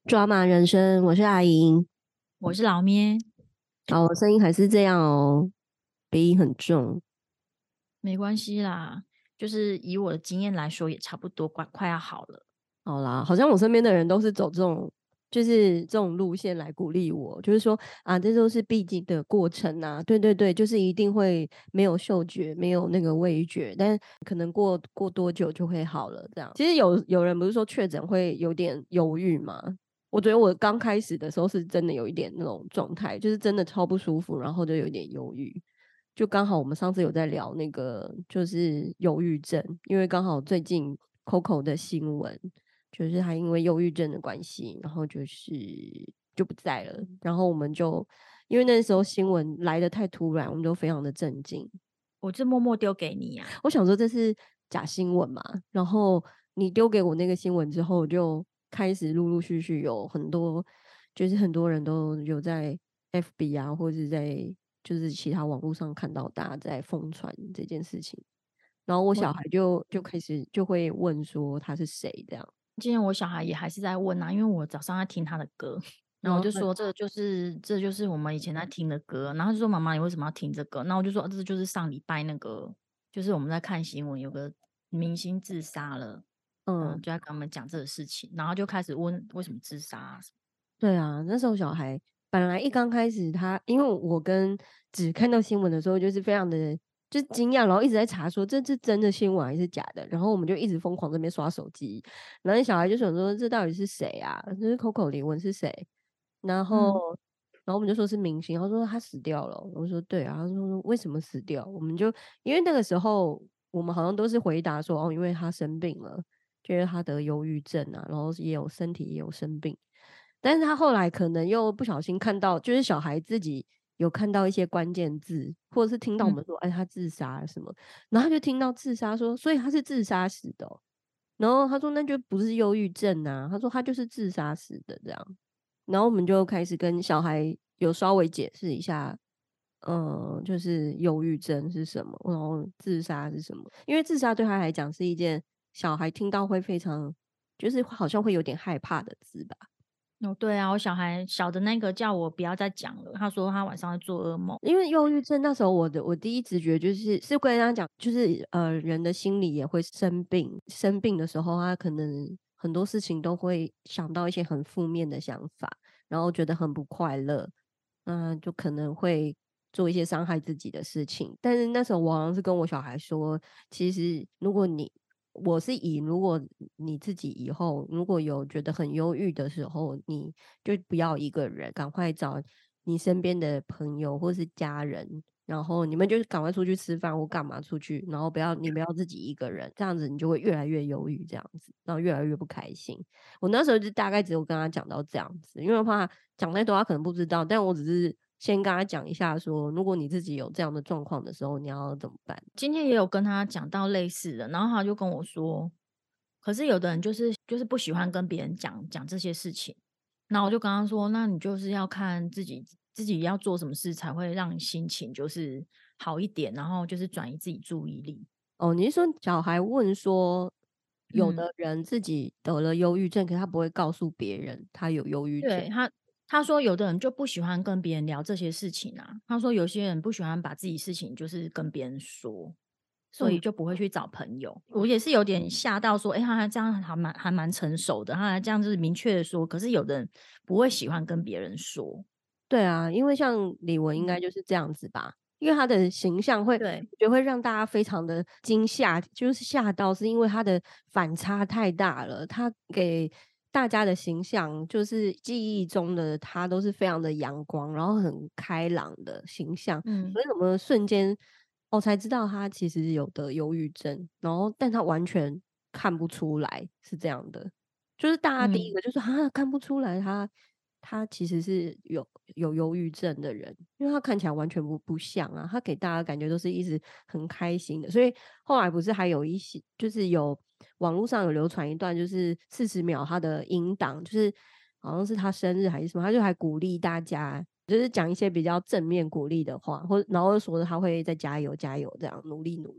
抓马人生，我是阿莹。 我是老咩。 哦，我声音还是这样哦，鼻音很重。 没关系啦，就是以我的经验来说，也差不多快要好了。 好啦，好像我身边的人都是走这种，就是这种路线来鼓励我，就是说啊，这都是必经的过程啊。对对对，就是一定会没有嗅觉，没有那个味觉，但可能过多久就会好了。这样，其实有人不是说确诊会有点犹豫吗？我觉得我刚开始的时候是真的有一点那种状态，就是真的超不舒服，然后就有点犹豫。就刚好我们上次有在聊那个就是忧郁症，因为刚好最近 Coco 的新闻，就是他因为忧郁症的关系，然后就不在了，然后我们就因为那时候新闻来的太突然，我们就非常的震惊。 我就默默丢给你呀。 我想说这是假新闻嘛，然后你丢给我那个新闻之后，就开始陆陆续续有很多，就是很多人都有在 FB 啊，或者是在就是其他网络上看到大家在疯传这件事情，然后我我小孩就开始就会问说他是谁这样， 今天我小孩也还是在问啊，因为我早上在听他的歌，然后我就然后说这就是我们以前在听的歌，然后他就说妈妈你为什么要听这个？那我就说这就是上礼拜那个，就是我们在看新闻有个明星自杀了， 嗯。 就在跟他们讲这个事情，然后就开始问为什么自杀啊什么。 对啊，那时候小孩本来一刚开始他，因为我跟只看到新闻的时候，就是非常的就是惊讶，然后一直在查说这是真的新闻还是假的，然后我们就一直疯狂这边刷手机，然后小孩就想说这到底是谁啊？这是 Coco 李玟是谁？然后嗯， 然后我们就说是明星，他说他死掉了，我说对啊，他说为什么死掉？我们就因为那个时候我们好像都是回答说哦，因为他生病了，就是他得忧郁症啊，然后也有身体也有生病。但是他后来可能又不小心看到，就是小孩自己有看到一些关键字，或者是听到我嗯， 们说，哎，他自杀了什么，然后他就听到自杀说，所以他是自杀死的哦，然后他说那就不是忧郁症啊，他说他就是自杀死的这样，然后我们就开始跟小孩有稍微解释一下，就是忧郁症是什么，然后自杀是什么，因为自杀对他来讲是一件小孩听到会非常，就是好像会有点害怕的字吧。 哦，对啊，我小孩小的那个叫我不要再讲了，他说他晚上会做噩梦。 因为忧郁症那时候我第一直觉就是跟人家讲，就是人的心理也会生病，生病的时候他可能很多事情都会想到一些很负面的想法，然后觉得很不快乐，就可能会做一些伤害自己的事情。但是那时候我好像是跟我小孩说，其实我是以如果你自己以后如果有觉得很忧郁的时候，你就不要一个人，赶快找你身边的朋友或是家人，然后你们就赶快出去吃饭或干嘛出去，然后你不要自己一个人，这样子你就会越来越忧郁，这样子，然后越来越不开心。我那时候就大概只有跟他讲到这样子，因为我怕讲太多他可能不知道，但我只是先跟他讲一下说，如果你自己有这样的状况的时候，你要怎么办？ 今天也有跟他讲到类似的，然后他就跟我说，可是有的人就是不喜欢跟别人讲这些事情，那我就跟他说，那你就是要看自己要做什么事才会让你心情就是好一点，然后就是转移自己注意力。 哦，你是说小孩问说，有嗯， 的人自己得了忧郁症，可他不会告诉别人他有忧郁症。 对他说有的人就不喜欢跟别人聊这些事情啊，他说有些人不喜欢把自己事情就是跟别人说。所以嗯， 就不会去找朋友。我也是有点吓到说，他还这样还蛮成熟的，他还这样就是明确的说，可是有的人不会喜欢跟别人说。 对啊，因为像李玟应该嗯， 就是这样子吧，因为他的形象对， 我觉得会让大家非常的惊吓，就是吓到，是因为他的反差太大了。他给大家的形象，就是记忆中的他都是非常的阳光，然后很开朗的形象。 嗯， 为什么瞬间我才知道他其实有得忧郁症，然后但他完全看不出来是这样的。就是大家第一嗯， 个就说啊，看不出来他其实是有忧郁症的人，因为他看起来完全不像啊，他给大家感觉都是一直很开心的，所以后来不是还有一些就是有网络上有流传一段就是40秒他的音档，就是好像是他生日还是什么，他就还鼓励大家。就是讲一些比较正面鼓励的话，然后说他会再加油加油，这样努力努力。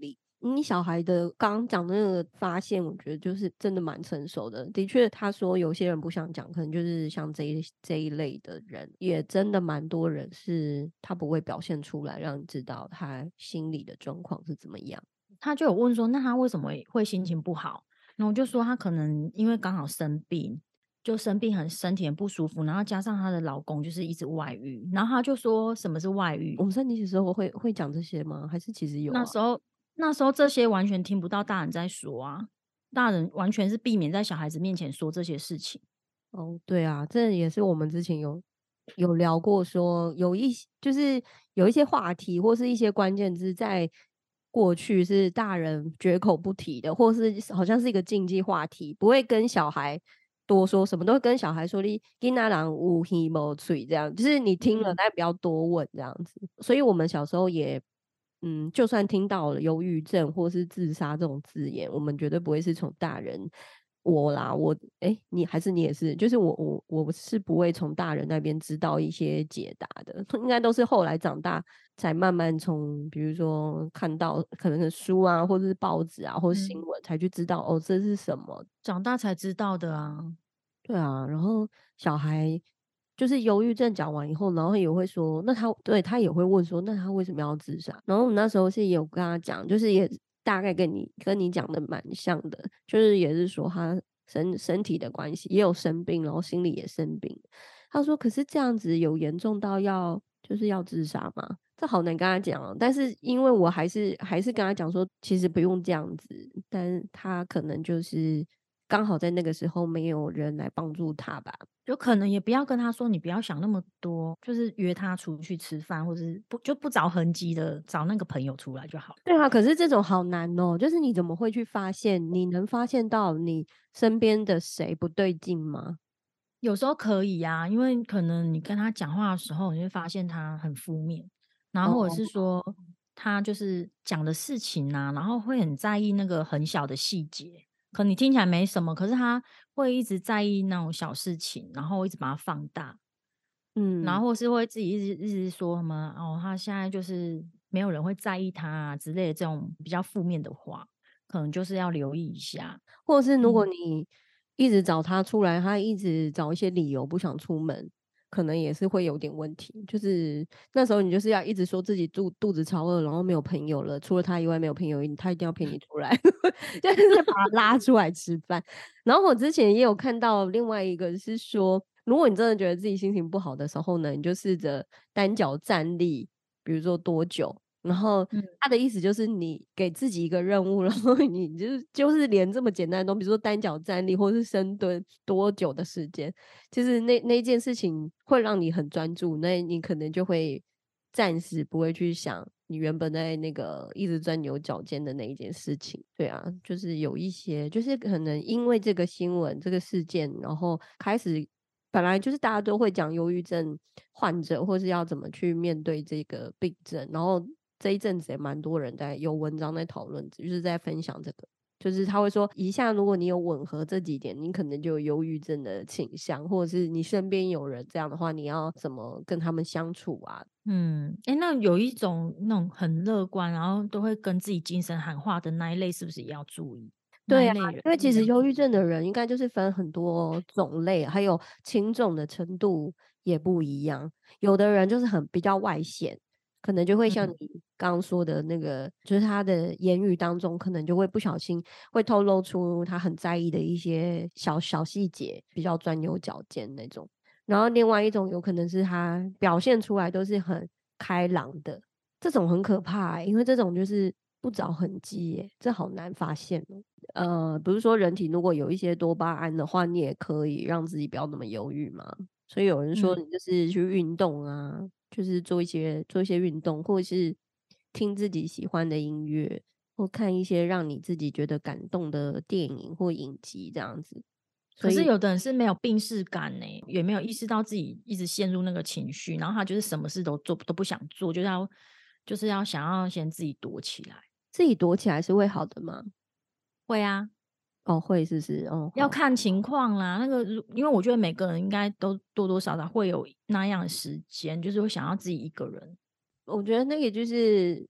你小孩的刚刚讲的那个发现，我觉得就是真的蛮成熟的。的确，他说有些人不想讲，可能就是像这一类的人，也真的蛮多人是他不会表现出来，让你知道他心里的状况是怎么样。 他就有问说，那他为什么会心情不好？然后我就说他可能因为刚好生病，就生病身体很不舒服，然后加上她的老公就是一直外遇，然后他就说什么是外遇？ 我们生理期的时候会讲这些吗？还是其实有啊？ 那时候那时候这些完全听不到大人在说啊，大人完全是避免在小孩子面前说这些事情。 哦，对啊，这也是我们之前有聊过说，就是有一些话题或是一些关键字，在过去是大人绝口不提的，或是好像是一个禁忌话题，不会跟小孩多说什么，都会跟小孩说你囡仔人有耳无嘴这样，就是你听了， 嗯但不要多问这样子。所以我们小时候也。就算听到了忧郁症或是自杀这种字眼，我们绝对不会是从大人我啦，你还是你也是，就是我是不会从大人那边知道一些解答的，应该都是后来长大才慢慢从比如说看到可能是书啊，或者是报纸啊，或是新嗯， 闻才去知道哦这是什么。 长大才知道的啊。 对啊，然后小孩就是忧郁症讲完以后，然后也会说，那他也会问说，那他为什么要自杀？然后我们那时候是也有跟他讲，就是也大概跟你讲的蛮像的，就是也是说他身体的关系，也有生病，然后心里也生病。他说，可是这样子有严重到就是要自杀吗？这好难跟他讲哦。但是因为我还是跟他讲说，其实不用这样子，但他可能就是刚好在那个时候没有人来帮助他吧。 就可能也不要跟他说，你不要想那么多，就是约他出去吃饭，或者是不找痕迹的找那个朋友出来就好。 对啊，可是这种好难哦，就是你怎么会去发现？你能发现到你身边的谁不对劲吗？ 有时候可以呀、因为可能你跟他讲话的时候，你会发现他很负面，然后或者哦， 是说他就是讲的事情啊，然后会很在意那个很小的细节，可你听起来没什么，可是他会一直在意那种小事情，然后一直把它放大。然嗯。 后或是会自己一直说什么哦，他现在就是没有人会在意他啊之类的这种比较负面的话，可能就是要留意一下。 或者是如果嗯你一直找他出来，他一直找一些理由不想出门，可能也是会有点问题。就是那时候你就是要一直说自己肚子超饿，然后没有朋友了，除了他以外没有朋友，他一定要陪你出来，就是把他拉出来吃饭。然后我之前也有看到另外一个是说，如果你真的觉得自己心情不好的时候呢，你就试着单脚站立，比如说多久。然后嗯， 他的意思就是你给自己一个任务，然后你就是连这么简单的东西，比如说单脚站立或是深蹲多久的时间，其实那件事情会让你很专注，那你可能就会暂时不会去想你原本在那个一直钻牛角尖的那一件事情。对啊，就是有一些，就是可能因为这个新闻这个事件，然后开始本来就是大家都会讲忧郁症患者，或是要怎么去面对这个病症，然后这一阵子也蛮多人有文章在讨论，就是在分享这个。就是他会说，以下如果你有吻合这几点，你可能就有忧郁症的倾向，或者是你身边有人这样的话，你要怎么跟他们相处啊？ 嗯，哎，那有一种那种很乐观，然后都会跟自己精神喊话的那一类，是不是也要注意？那对啊， 一类人因为其实是不是也要注意？ 忧郁症的人应该就是分很多种类，还有轻重的程度也不一样。有的人就是比较外显，可能就会像嗯， 你刚刚说的那个，就是他的言语当中可能就会不小心会透露出他很在意的一些小小细节，比较钻牛角尖那种。然后另外一种有可能是他表现出来都是很开朗的，这种很可怕因为这种就是不着痕迹耶，这好难发现哦。不是说人体如果有一些多巴胺的话，你也可以让自己不要那么忧郁嘛。所以有人说嗯， 你就是去运动啊，就是做一些运动，或者是听自己喜欢的音乐，或看一些让你自己觉得感动的电影或影集这样子。所以可是有的人是没有病视感呢，也没有意识到自己一直陷入那个情绪，然后他就是什么事都不想做，就是要想要先自己躲起来。 自己躲起来是会好的吗？ 会啊， 哦，会是不是？哦， 要好。 看情况啦。那个因为我觉得每个人应该都多多少少会有那样的时间，就是会想要自己一个人。 我觉得那个就是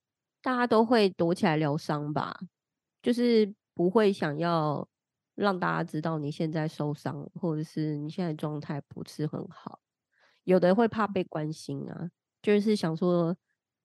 大家都会躲起来疗伤吧，就是不会想要让大家知道你现在受伤，或者是你现在状态不是很好。有的会怕被关心啊，就是想说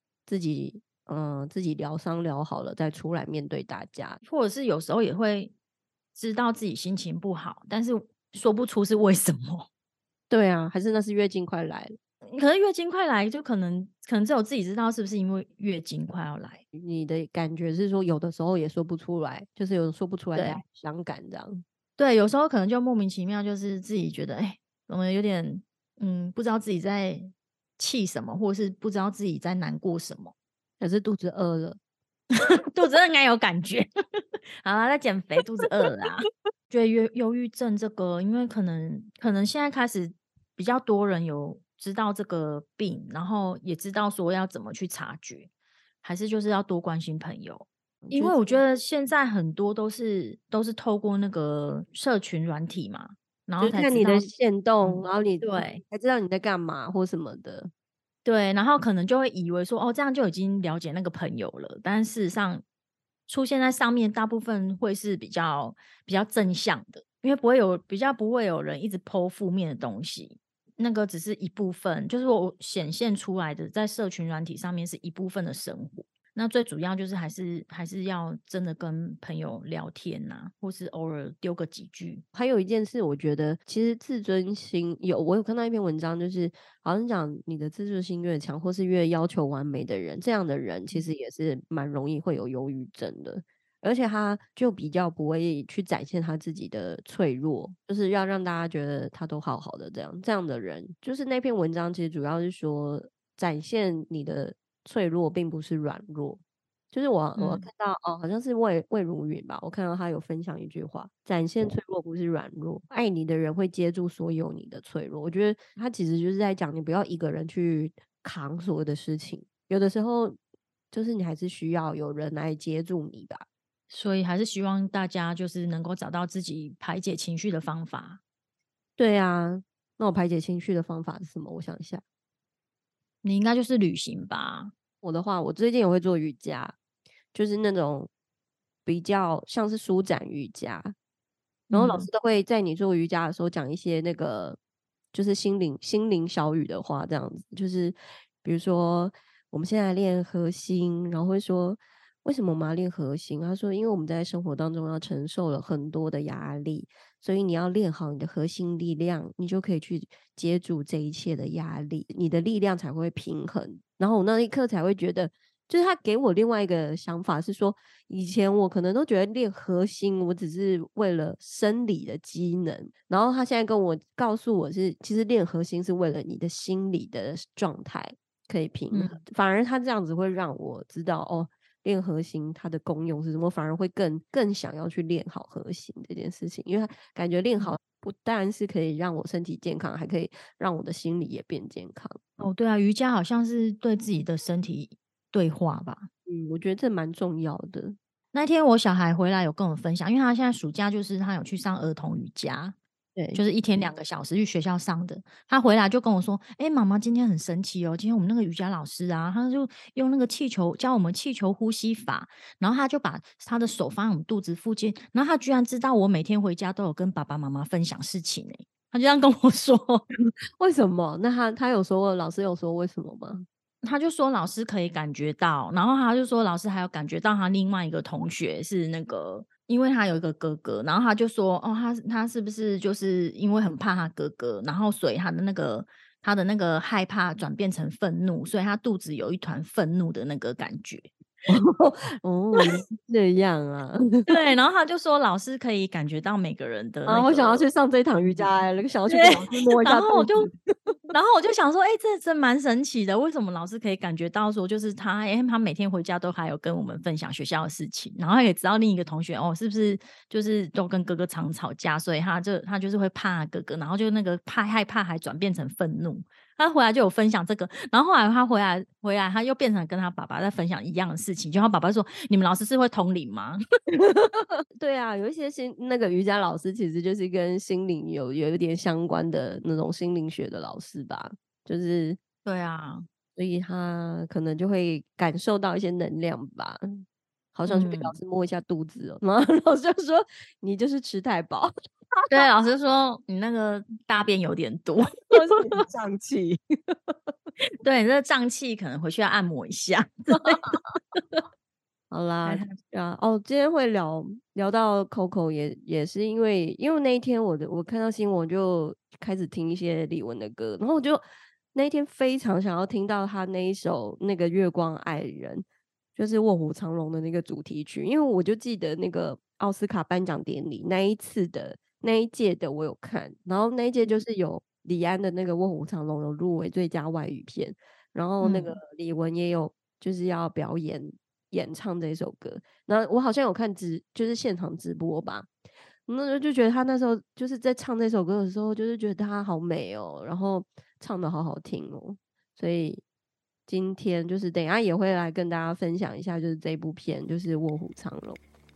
自己疗伤疗好了再出来面对大家。 或者是有时候也会知道自己心情不好，但是说不出是为什么。 对啊，还是那是月经快来了， 可是月经快来，就可能只有自己知道是不是因为月经快要来。 你的感觉是说有的时候也说不出来，就是有人说不出来，大家对伤感这样。 对，有时候可能就莫名其妙，就是自己觉得，哎，我们有点不知道自己在气什么，或者是不知道自己在难过什么。 可是肚子饿了， 肚子饿应该有感觉。好啦，在减肥，肚子饿了啊。觉得忧郁症这个，因为可能现在开始比较多人有知道这个病，然后也知道说要怎么去察觉，还是就是要多关心朋友。因为我觉得现在很多都是透过那个社群软体嘛，然就是后才知道。 看你的限动，然后你对才知道你在干嘛或什么的。 对，然后可能就会以为说，哦，这样就已经了解那个朋友了，但事实上出现在上面大部分会是比较正向的，因为比较不会有人一直 po 负面的东西，那个只是一部分，就是我显现出来的，在社群软体上面是一部分的生活。那最主要就是还是要真的跟朋友聊天呐、或是偶尔丢个几句。 还有一件事，我觉得其实自尊心我有看到一篇文章，就是好像讲你的自尊心越强，或是越要求完美的人，这样的人其实也是蛮容易会有忧郁症的。而且他就比较不会去展现他自己的脆弱，就是要让大家觉得他都好好的这样的人，就是那篇文章其实主要是说展现你的脆弱并不是软弱。就是我嗯， 看到好像是魏如云吧，我看到他有分享一句话：展现脆弱不是软弱，爱你的人会接住所有你的脆弱。我觉得他其实就是在讲你不要一个人去扛所有的事情，有的时候就是你还是需要有人来接住你吧。 所以还是希望大家就是能够找到自己排解情绪的方法。 对啊，那我排解情绪的方法是什么？我想一下， 你应该就是旅行吧？ 我的话，我最近也会做瑜伽，就是那种比较像是舒展瑜伽，然后老嗯， 师都会在你做瑜伽的时候讲一些那个就是心灵小语的话，这样子，就是比如说我们现在练核心，然后会说为什么我们要练核心？他说因为我们在生活当中要承受了很多的压力，所以你要练好你的核心力量，你就可以去接住这一切的压力，你的力量才会平衡。然后我那一刻才会觉得。就是他给我另外一个想法是说，以前我可能都觉得练核心，我只是为了生理的机能，然后他现在告诉我是，其实练核心是为了你的心理的状态可以平衡。 嗯， 反而他这样子会让我知道，哦，练核心它的功用是什么，我反而会更想要去练好核心这件事情，因为感觉练好不但是可以让我身体健康，还可以让我的心理也变健康。 哦，对啊，瑜伽好像是对自己的身体对话吧。 我觉得这蛮重要的。 那天我小孩回来有跟我分享，因为他现在暑假就是他有去上儿童瑜伽，就对， 是一天2个小时去学校上的。他回来就跟我说：“哎，妈妈今天很神奇哦，今天我们那个瑜伽老师啊，他就用那个气球教我们气球呼吸法，然后他就把他的手放在我们肚子附近，然后他居然知道我每天回家都有跟爸爸妈妈分享事情哎，他就这样跟我说。” 为什么？那他有说过，老师有说为什么吗？ 他就说老师可以感觉到，然后他就说老师还有感觉到他另外一个同学是那个，因为他有一个哥哥，然后他就说，哦，他是不是就是因为很怕他哥哥，然后所以他的那个害怕转变成愤怒，所以他肚子有一团愤怒的那个感觉。 哦，原来是这样啊！ 对，然后他就说老师可以感觉到每个人的啊， 那个。 我想要去上这一堂瑜伽想要去对， 给老师摸一然后我就下肚子。 然后我就想说，哎，这真蛮神奇的，为什么老师可以感觉到说，就是他每天回家都还有跟我们分享学校的事情，然后也知道另一个同学，哦，是不是就是都跟哥哥常吵架，所以他就是会怕哥哥，然后就那个害怕还转变成愤怒。他回来就有分享这个，然后后来他回来他又变成跟他爸爸在分享一样的事情，就他爸爸说：“你们老师是会通灵吗？” 对啊，有一些那个瑜伽老师其实就是跟心灵有一点相关的那种心灵学的老师吧，就是对啊， 所以他可能就会感受到一些能量吧。好想去给老师摸一下肚子哦，然后老师就说你就是吃太饱， 对，老师说你那个大便有点多， 或是你胀气。 对，你这个胀气可能回去要按摩一下。 好啦， 对今天会聊到 Coco 也是因为那一天我看到新闻就开始听一些李玟的歌，然后我就那一天非常想要听到他那一首那个《月光爱人》，就是《卧虎藏龙》的那个主题曲，因为我就记得那个奥斯卡颁奖典礼那一届的我有看，然后那一届就是有李安的那个《卧虎藏龙》有入围最佳外语片，然后那个李玟也有就是要演唱这首歌，然后我好像有看就是现场直播吧，那时候就觉得他那时候就是在唱这首歌的时候，就是觉得他好美哦，然后唱的好好听哦，所以今天就是等一下也会来跟大家分享一下，就是这部片就是《卧虎藏龙》。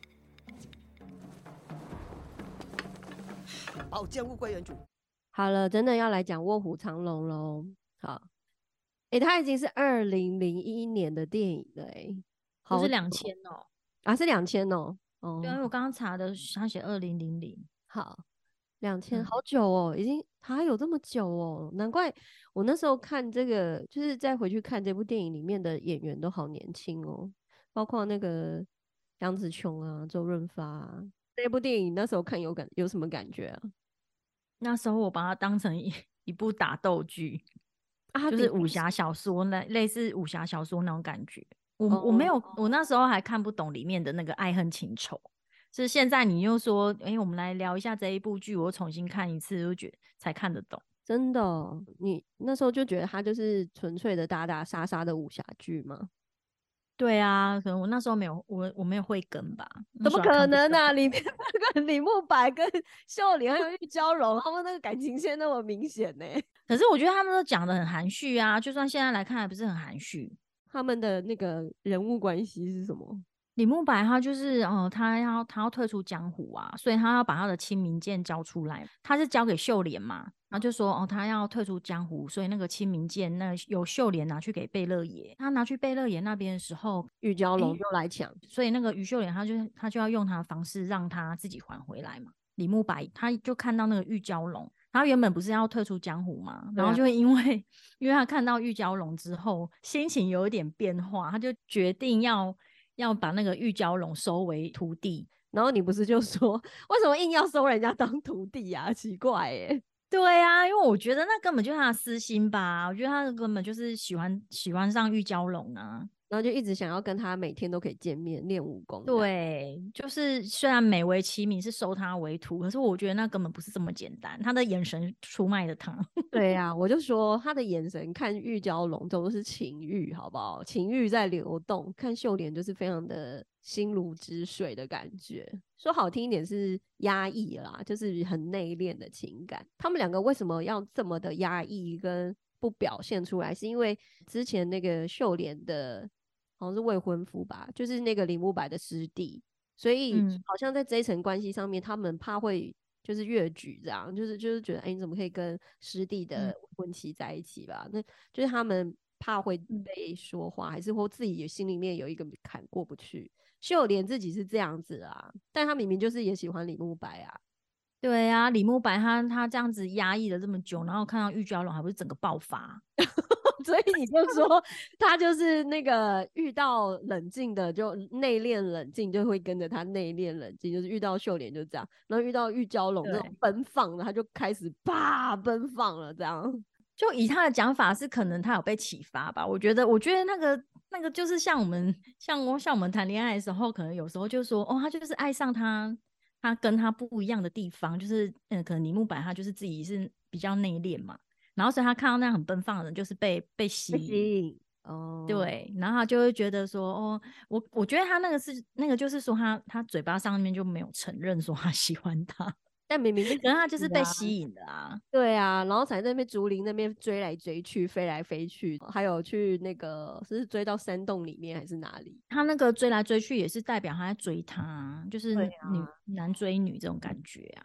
宝剑物归原主。好了，真的要来讲《卧虎藏龙》喽。好，它已经是2001年的电影了， 不是2000哦。 啊，是2000哦。 对，因为我刚刚查的，他写2000。 好，2000好久哦，已经还有这么久哦，难怪我那时候看这个，就是再回去看这部电影里面的演员都好年轻哦，包括那个杨紫琼啊、周润发啊。这部电影那时候看有什么感觉啊？ 那时候我把它当成一部打斗剧， 啊， 就是武侠小说类似武侠小说那种感觉。我没有， 哦我那时候还看不懂里面的那个爱恨情仇。是现在你又说，我们来聊一下这一部剧，我重新看一次，就觉得才看得懂。 真的哦，你那时候就觉得它就是纯粹的打打杀杀的武侠剧吗？ 对啊，可能我那时候没有，我没有慧根吧，那怎么时候还看不懂。 可能啊？里面那个李慕白跟秀莲还有玉娇龙，他们那个感情线那么明显呢、 可是我觉得他们都讲的很含蓄啊，就算现在来看，还不是很含蓄。 他们的那个人物关系是什么？ 李慕白他就是他要退出江湖啊，所以他要把他的清明剑交出来。他是交给秀莲嘛，然后就说他要退出江湖，所以那个清明剑那由秀莲拿去给贝勒爷。他拿去贝勒爷那边的时候， 玉娇龙就来抢， 所以那个于秀莲他就要用他的方式让他自己还回来嘛。李慕白他就看到那个玉娇龙，他原本不是要退出江湖嘛，然后就会因为他看到玉娇龙之后，心情有一点变化，他就决定要把那个玉娇龙收为徒弟。 然后你不是就说为什么硬要收人家当徒弟啊？奇怪耶。 对啊，因为我觉得那根本就是他的私心吧，我觉得他根本就是喜欢上玉娇龙啊。 然后就一直想要跟他每天都可以见面练武功。 对，就是虽然美为其名是收他为徒，可是我觉得那根本不是这么简单，他的眼神出卖了他。 对啊，我就说他的眼神看玉娇龙都是情欲，好不好？情欲在流动，看秀莲就是非常的心如止水的感觉。说好听一点是压抑啦，就是很内敛的情感。他们两个为什么要这么的压抑跟不表现出来？是因为之前那个秀莲的好像是未婚夫吧，就是那个李慕白的师弟，所以好像在这一层关系上面，他们怕会就是越矩这样，就是觉得你怎么可以跟师弟的婚妻在一起吧？那就是他们怕会被说话，还是或自己心里面有一个坎过不去。秀莲自己是这样子啊，但他明明就是也喜欢李慕白啊。 对啊，李慕白他这样子压抑了这么久，然后看到玉娇龙还不是整个爆发。 所以你就说他就是那个遇到冷静的就内敛冷静，就会跟着他内敛冷静，就是遇到秀莲就这样，然后遇到玉娇龙这种奔放的，他就开始啪奔放了，这样。 就以他的讲法是，可能他有被启发吧。我觉得那个就是像我们谈恋爱的时候，可能有时候就说他就是爱上他跟他不一样的地方，就是可能李慕白他就是自己是比较内敛嘛。然后所以他看到那样很奔放的人，就是被吸引哦，对，然后他就会觉得说我觉得他那个就是说他嘴巴上面就没有承认说他喜欢他， 但明明就可是他就是被吸引的啊。 对啊，然后在那边竹林那边追来追去，飞来飞去，还有去那个是追到山洞里面还是哪里？ 他那个追来追去也是代表他在追他，就是男追女这种感觉啊。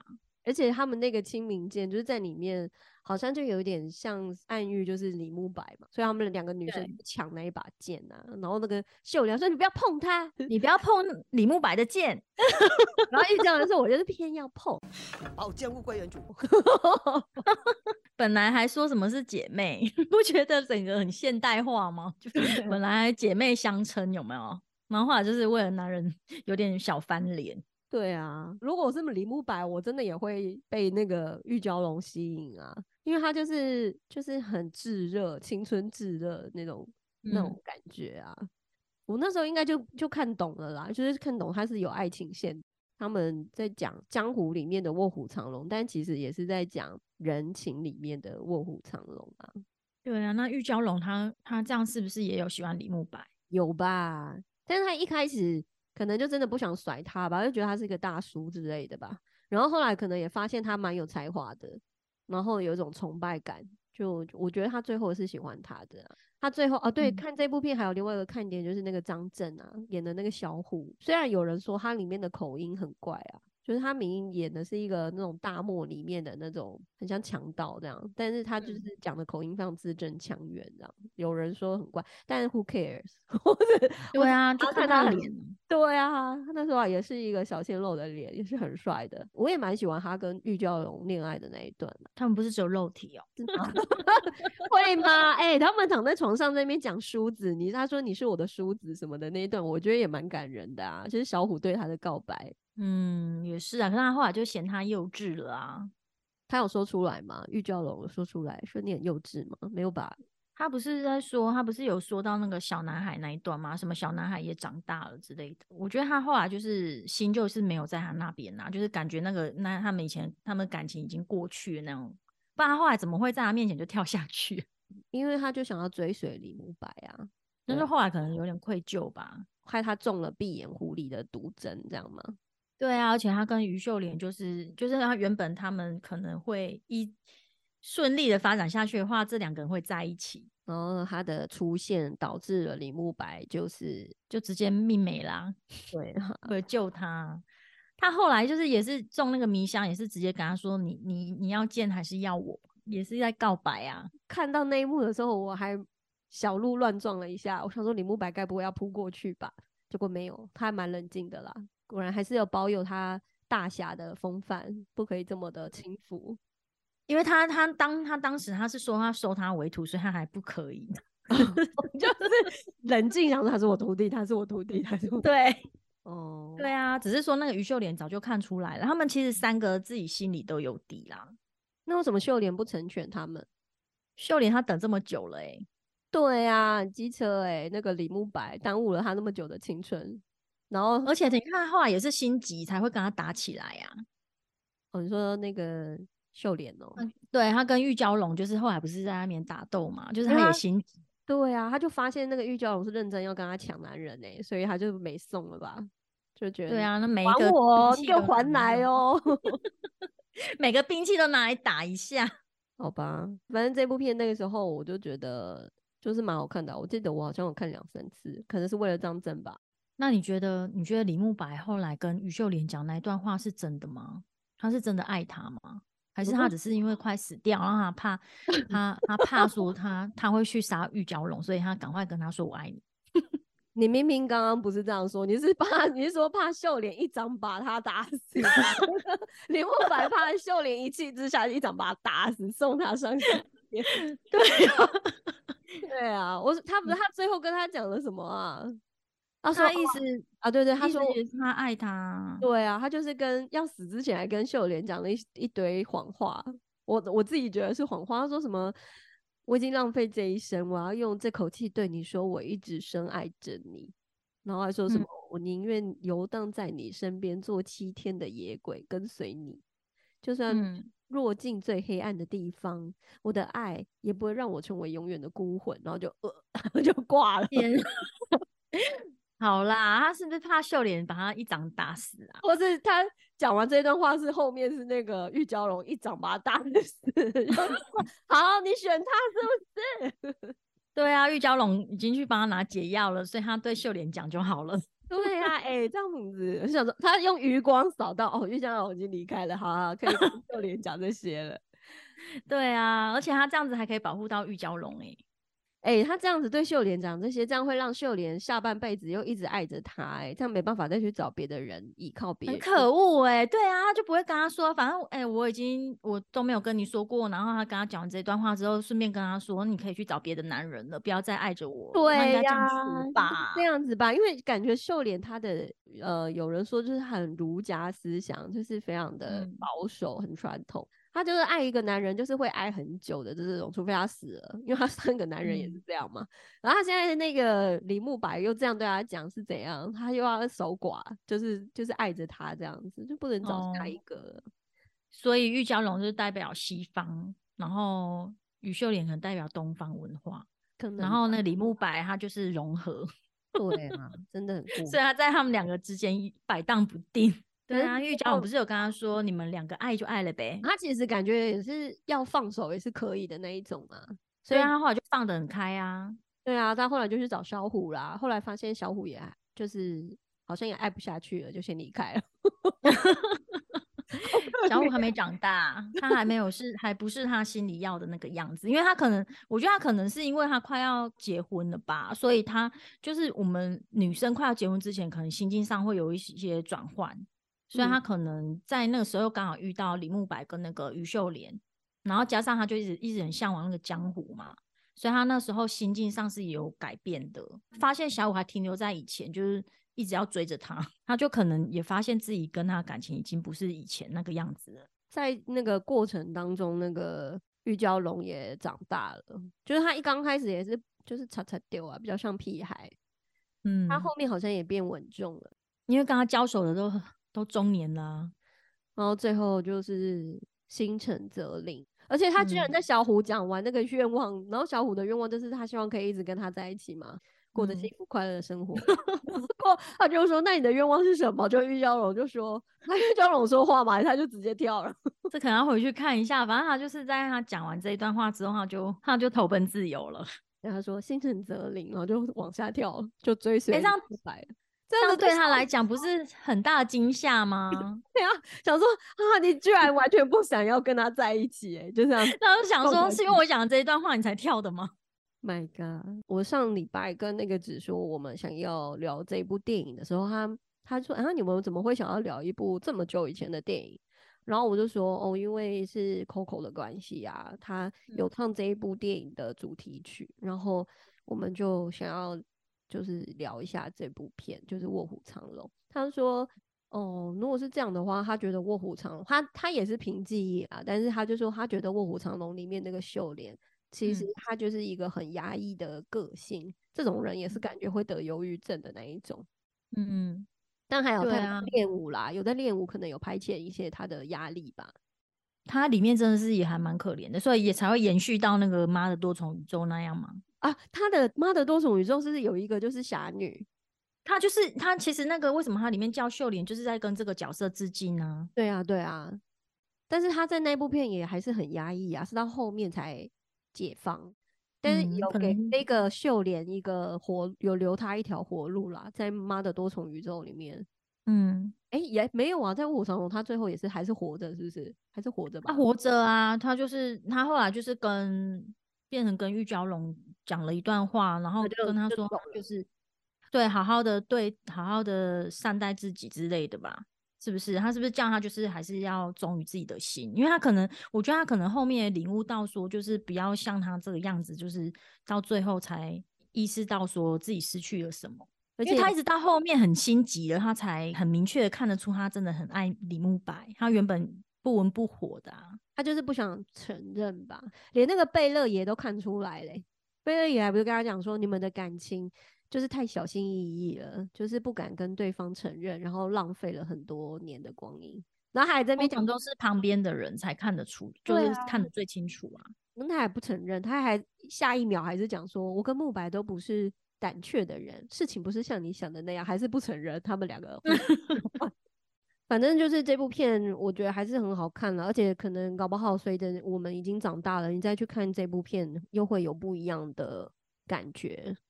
而且他们那个清明剑就是在里面好像就有点像暗喻就是李慕白嘛，所以他们两个女生抢那一把剑啊，然后那个秀莲说你不要碰他， 你不要碰李慕白的剑。 然后玉娇龙说我就是偏要碰， 把我剑物归原主。 本来还说什么是姐妹，不觉得整个很现代化吗？就本来还姐妹相称有没有？然后后来就是为了男人有点小翻脸。 对啊，如果我是李慕白，我真的也会被那个玉娇龙吸引啊，因为他就是很炙热、青春炙热那种感觉啊。我那时候应该就看懂了啦，就是看懂他是有爱情线。他们在讲江湖里面的卧虎藏龙，但其实也是在讲人情里面的卧虎藏龙啊。 对啊，那玉娇龙他这样是不是也有喜欢李慕白？ 有吧，但是他一开始可能就真的不想甩他吧，就觉得他是一个大叔之类的吧。然后后来可能也发现他蛮有才华的，然后有一种崇拜感，就我觉得他最后是喜欢他的啊。他最后对，看这部片还有另外一个看点就是那个张震啊演的那个小虎，虽然有人说他里面的口音很怪啊，就是他明明演的是一个那种大漠里面的那种很像强盗这样，但是他就是讲的口音非常字正腔圆这样。有人说很怪，但是 who cares？ 对啊，就看他的脸。 对啊，他那时候也是一个小鲜肉的脸，也是很帅的。我也蛮喜欢他跟玉娇龙恋爱的那一段。 他们不是只有肉体哦？ 会吗？他们躺在床上在那边讲梳子，他说你是我的梳子什么的那一段，我觉得也蛮感人的啊，就是小虎对他的告白。 也是啊，可是他后来就嫌他幼稚了啊。 他有说出来吗？玉娇龙有说出来说你很幼稚吗？没有吧？ 他不是有说到那个小男孩那一段吗？什么小男孩也长大了之类的。我觉得他后来就是心就是没有在他那边啊，就是感觉他们以前他们感情已经过去的那种，不然他后来怎么会在他面前就跳下去？ 因为他就想要追随李慕白啊， 但是后来可能有点愧疚吧， 害他中了闭眼狐狸的毒针，这样吗？ 对啊，而且他跟于秀莲就是他原本他们可能会顺利的发展下去的话，这两个人会在一起。 然后他的出现导致了李慕白就直接命没啦。 对， 为了救他，他后来就是也是中那个迷香，也是直接跟他说你要见还是要我，也是在告白啊。 看到那一幕的时候，我还小鹿乱撞了一下，我想说李慕白该不会要扑过去吧？结果没有，他还蛮冷静的啦，果然还是有保有他大侠的风范，不可以这么的轻浮。 因为他当时他是说他收他为徒，所以他还不可以。 就是冷静，想说他是我徒弟，他是我徒弟，他是我对对啊，只是说那个于秀莲早就看出来了，他们其实三个自己心里都有底啦。 那为什么秀莲不成全他们？ 秀莲她等这么久了对啊，机车那个李慕白耽误了他那么久的青春，然后而且你看他后来也是心急才会跟他打起来啊。 你说那个秀莲对，他跟玉娇龙就是后来不是在那边打斗嘛，就是他也心急。 对啊，他就发现那个玉娇龙是认真要跟他抢男人所以他就没送了吧，就觉得对啊，那每一个还我，你给我还来哦。 每个兵器都拿来打一下。 好吧，反正这部片那个时候我就觉得就是蛮好看的，我记得我好像有看2-3次，可能是为了张震吧。 那你觉得李慕白后来跟于秀莲讲那一段话是真的吗？他是真的爱他吗？还是他只是因为快死掉，然后他怕他怕说他会去杀玉娇龙，所以他赶快跟他说我爱你。 你明明刚刚不是这样说，你是说怕秀莲一掌把他打死李慕白怕秀莲一气之下一掌把他打死，送他上天。 对啊， 对啊，他最后跟他讲了什么啊？ 他意思啊，对，他说也是他爱他。 对啊，他就是要死之前还跟秀莲讲了一堆谎话，我自己觉得是谎话。他说什么我已经浪费这一生，我要用这口气对你说我一直深爱着你，然后还说什么我宁愿游荡在你身边做7天的野鬼跟随你，就算落进最黑暗的地方，我的爱也不会让我成为永远的孤魂，然后就就挂了。 好啦，他是不是怕秀莲把他一掌打死啊？ 或是他讲完这段话是后面是那个玉娇龙一掌把他打死好，你选他是不是？ 对啊，玉娇龙已经去帮他拿解药了，所以他对秀莲讲就好了。 对呀、这样子，我想说他用余光扫到哦，玉江龙已经离开了，好好可以跟秀莲讲这些了。 对啊，而且他这样子还可以保护到玉娇龙他这样子对秀莲讲这些，这样会让秀莲下半辈子又一直爱着他，这样没办法再去找别的人依靠别人。 很可恶对啊，他就不会跟他说，反正我都没有跟你说过，然后他跟他讲完这段话之后，顺便跟他说，你可以去找别的男人了，不要再爱着我了，他应该这样对呀， 说就是这吧？ 样子吧，因为感觉秀莲她的有人说就是很儒家思想，就是非常的嗯保守、很传统。她就是爱一个男人，就是会爱很久的这种，除非他死了，因为他3个男人也是嗯这样嘛。然后他现在的那个李慕白又这样对他讲是怎样，他又要守寡，就是爱着他这样子，就不能找下一哦， 个了。 所以玉娇龙就是代表西方，然后于秀莲可能代表东方文化， 可能吧。 然后呢李慕白他就是融合， 对啊，真的很过分。 所以他在他们两个之间摆荡不定。 可是对啊，玉娇龙不是有跟他说，你们两个爱就爱了呗。 他其实感觉也是要放手也是可以的那一种嘛，所以对啊，他后来就放得很开啊。 对啊，他后来就去找小虎啦，后来发现小虎也就是好像也爱不下去了，就先离开了。好可怜。 小虎还没长大，他还没有还不是他心里要的那个样子，因为他可能，我觉得他可能是因为他快要结婚了吧，所以他就是我们女生快要结婚之前，可能心境上会有一些转换，所以嗯， 他可能在那个时候刚好遇到李慕白跟那个于秀莲，然后加上他就一直很向往那个江湖嘛，所以他那时候心境上是有改变的，发现小五还停留在以前，就是一直要追着他，他就可能也发现自己跟他感情已经不是以前那个样子了。 在那个过程当中，那个玉娇龙也长大了，就是他一刚开始也是就是擦擦丢啊，比较像屁孩，他嗯， 后面好像也变稳重了。 因为跟他交手的都中年啦、 然后最后就是心诚则灵，而且他居然嗯在小虎讲完那个愿望，然后小虎的愿望就是他希望可以一直跟他在一起嘛，过着幸嗯， 福快乐的生活。然后他就说："那你的愿望是什么？"就玉娇龙就说：“那玉娇龙说话嘛，他就直接跳了。 这可能要回去看一下。反正他就是在他讲完这一段话之后，他就投奔自由了。 然后他说："心诚则灵。"然后就往下跳，就追哎、 随李这样不白了。这样这样子对小虎对他来讲不是很大的惊吓吗？ 对啊，想说你居然完全不想要跟他在一起、就这样然后就想说， 撞回去。 是因为我讲的这一段话你才跳的吗？ My God！我上礼拜跟那个只说我们想要聊这一部电影的时候，他说你们怎么会想要聊一部这么久以前的电影？然后我就说哦，因为是 Coco 的关系啊，他有唱这一部电影的主题曲，然后我们就想要就是聊一下这部片，就是《卧虎藏龙》。他说哦，如果是这样的话，他觉得《卧虎藏龙》他也是凭记忆啊，但是他就说他觉得《卧虎藏龙》里面那个秀莲。其实嗯他就是一个很压抑的个性，这种人也是感觉会得忧郁症的那一种。 嗯， 但还好他有在对啊， 练舞啦，有在练舞，可能有排遣一些他的压力吧。 他里面真的是也还蛮可怜的，所以也才会延续到那个妈的多重宇宙那样嘛。 啊，他的妈的多重宇宙是不是有一个就是侠女？ 他就是他，其实那个为什么他里面叫秀莲，就是在跟这个角色致敬呢、 对啊，对啊。但是他在那部片也还是很压抑啊，是到后面才解放。但是嗯， 有给可能那个秀莲一个有留他一条活路啦，在妈的多重宇宙里面。 嗯， 也没有啊，在卧虎藏龙他最后也是还是活着，是不是？还是活着吧？ 他活着啊，他就是他后来就是变成跟玉娇龙讲了一段话，然后他就跟他说就走了。 就是好好的善待自己之类的吧。是不是？他是不是叫他就是还是要忠于自己的心？因为他可能，我觉得他可能后面领悟到说，就是不要像他这个样子，就是到最后才意识到说自己失去了什么。 而且因为他一直到后面很心急了，他才很明确的看得出他真的很爱李慕白，他原本不温不火的啊。 他就是不想承认吧，连那个贝勒爷都看出来嘞。贝勒爷还不是跟他讲说，你们的感情就是太小心翼翼了，就是不敢跟对方承认，然后浪费了很多年的光阴。然后他还在那边讲说， 通常都是旁边的人才看得出，就对啊， 是看得最清楚啊。 那他还不承认，他还下一秒还是讲说，我跟慕白都不是胆怯的人，事情不是像你想的那样，还是不承认他们两个互反正就是这部片，我觉得还是很好看了，而且可能搞不好随着我们已经长大了，你再去看这部片，又会有不一样的感觉。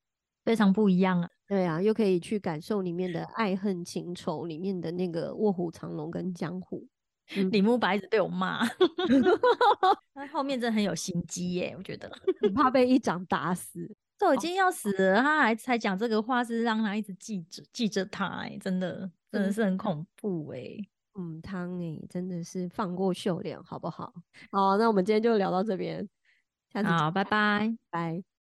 非常不一样啊。 对啊，又可以去感受里面的爱恨情仇，里面的那个卧虎藏龙跟江湖。 李慕白一直被我骂，他后面真的很有心机耶，我觉得很怕被一掌打死。 都已经要死了，他还才讲这个话，是让他一直记着他，哎，真的是很恐怖哎。 汤真的是放过秀莲好不好？好，那我们今天就聊到这边，下次见， 好，拜拜。 拜。